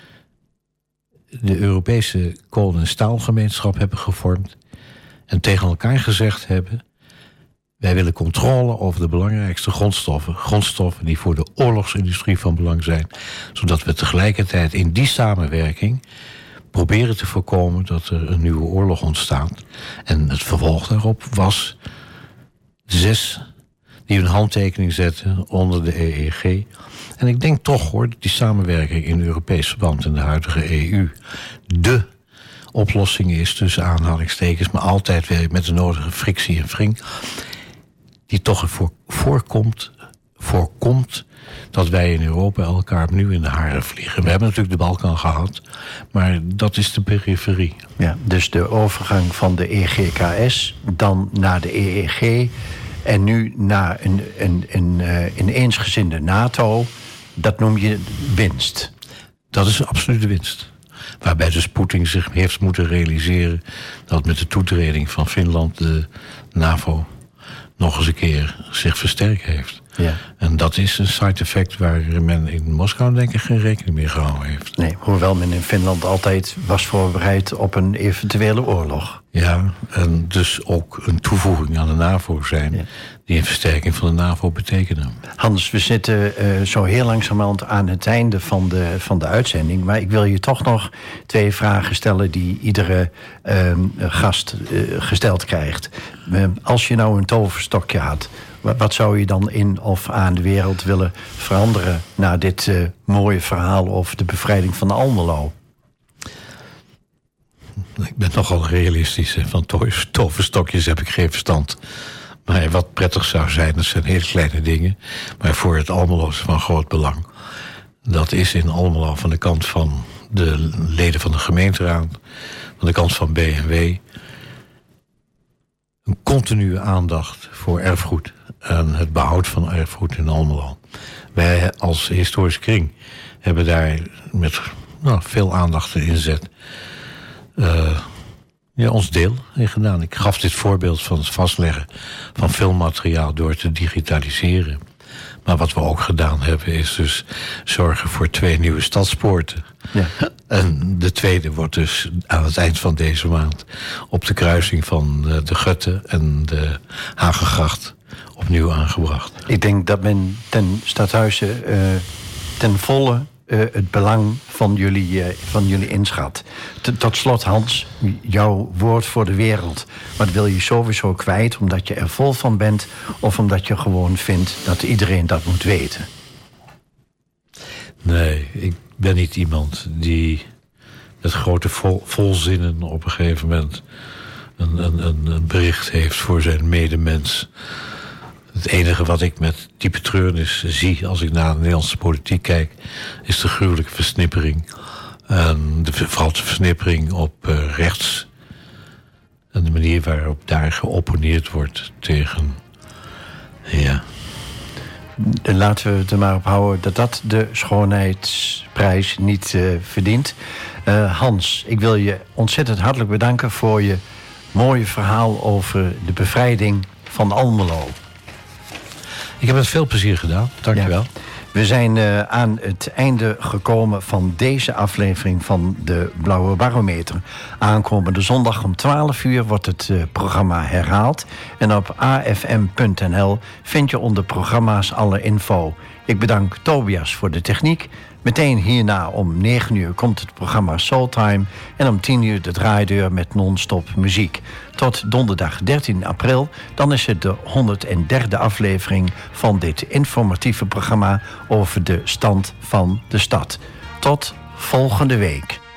de Europese kolen- en staalgemeenschap hebben gevormd en tegen elkaar gezegd hebben, wij willen controle over de belangrijkste grondstoffen. Grondstoffen die voor de oorlogsindustrie van belang zijn. Zodat we tegelijkertijd in die samenwerking proberen te voorkomen dat er een nieuwe oorlog ontstaat. En het vervolg daarop was zes die hun handtekening zetten onder de E E G. En ik denk toch, hoor, dat die samenwerking in Europees verband in de huidige E U de oplossing is, tussen aanhalingstekens, maar altijd weer met de nodige frictie en wring, die toch ervoor voorkomt, voorkomt dat wij in Europa elkaar opnieuw in de haren vliegen. We hebben natuurlijk de Balkan gehad, maar dat is de periferie. Ja, dus de overgang van de E G K S, dan naar de E E G en nu naar een, een, een, een, een eensgezinde NATO, dat noem je winst. Dat is een absolute winst. Waarbij dus Poetin zich heeft moeten realiseren dat met de toetreding van Finland de NAVO nog eens een keer zich versterkt heeft. Ja. En dat is een side effect waar men in Moskou denk ik geen rekening mee gehouden heeft. Nee, hoewel men in Finland altijd was voorbereid op een eventuele oorlog. Ja, en dus ook een toevoeging aan de NAVO zijn, ja, die een versterking van de NAVO betekenen. Hans, we zitten uh, zo heel langzamerhand aan het einde van de, van de uitzending, maar ik wil je toch nog twee vragen stellen die iedere uh, gast uh, gesteld krijgt. Uh, als je nou een toverstokje had, wat, wat zou je dan in of aan de wereld willen veranderen na dit uh, mooie verhaal over de bevrijding van Almelo? Ik ben nogal realistisch. Hè. Van toverstokjes heb ik geen verstand. Maar wat prettig zou zijn, dat zijn hele kleine dingen. Maar voor het Almelo is van groot belang. Dat is in Almelo van de kant van de leden van de gemeenteraad, van de kant van B N W, een continue aandacht voor erfgoed en het behoud van erfgoed in Almelo. Wij als historische kring hebben daar met nou, veel aandacht en inzet Uh, ja, ons deel in gedaan. Ik gaf dit voorbeeld van het vastleggen van filmmateriaal door te digitaliseren. Maar wat we ook gedaan hebben is dus zorgen voor twee nieuwe stadspoorten. Ja. En de tweede wordt dus aan het eind van deze maand op de kruising van de Gutte en de Hagengracht opnieuw aangebracht. Ik denk dat men ten stadhuize uh, ten volle uh, het belang van jullie, uh, van jullie inschat. T- tot slot, Hans, jouw woord voor de wereld. Wat wil je sowieso kwijt omdat je er vol van bent, of omdat je gewoon vindt dat iedereen dat moet weten? Nee, ik ben niet iemand die met grote vol, volzinnen op een gegeven moment een, een, een, een bericht heeft voor zijn medemens. Het enige wat ik met diepe treurnis zie als ik naar de Nederlandse politiek kijk, is de gruwelijke versnippering. En de, vooral de versnippering op uh, rechts. En de manier waarop daar geopponeerd wordt tegen. Ja. Laten we het er maar op houden dat dat de schoonheidsprijs niet uh, verdient. Uh, Hans, ik wil je ontzettend hartelijk bedanken voor je mooie verhaal over de bevrijding van Almelo. Ik heb met veel plezier gedaan. Dank je wel. Ja. We zijn uh, aan het einde gekomen van deze aflevering van de Blauwe Barometer. Aankomende zondag om twaalf uur wordt het uh, programma herhaald. En op a f m punt n l vind je onder programma's alle info. Ik bedank Tobias voor de techniek. Meteen hierna om negen uur komt het programma Soultime. En om tien uur de draaideur met non-stop muziek. Tot donderdag dertien april. Dan is het de honderdderde aflevering van dit informatieve programma over de stand van de stad. Tot volgende week.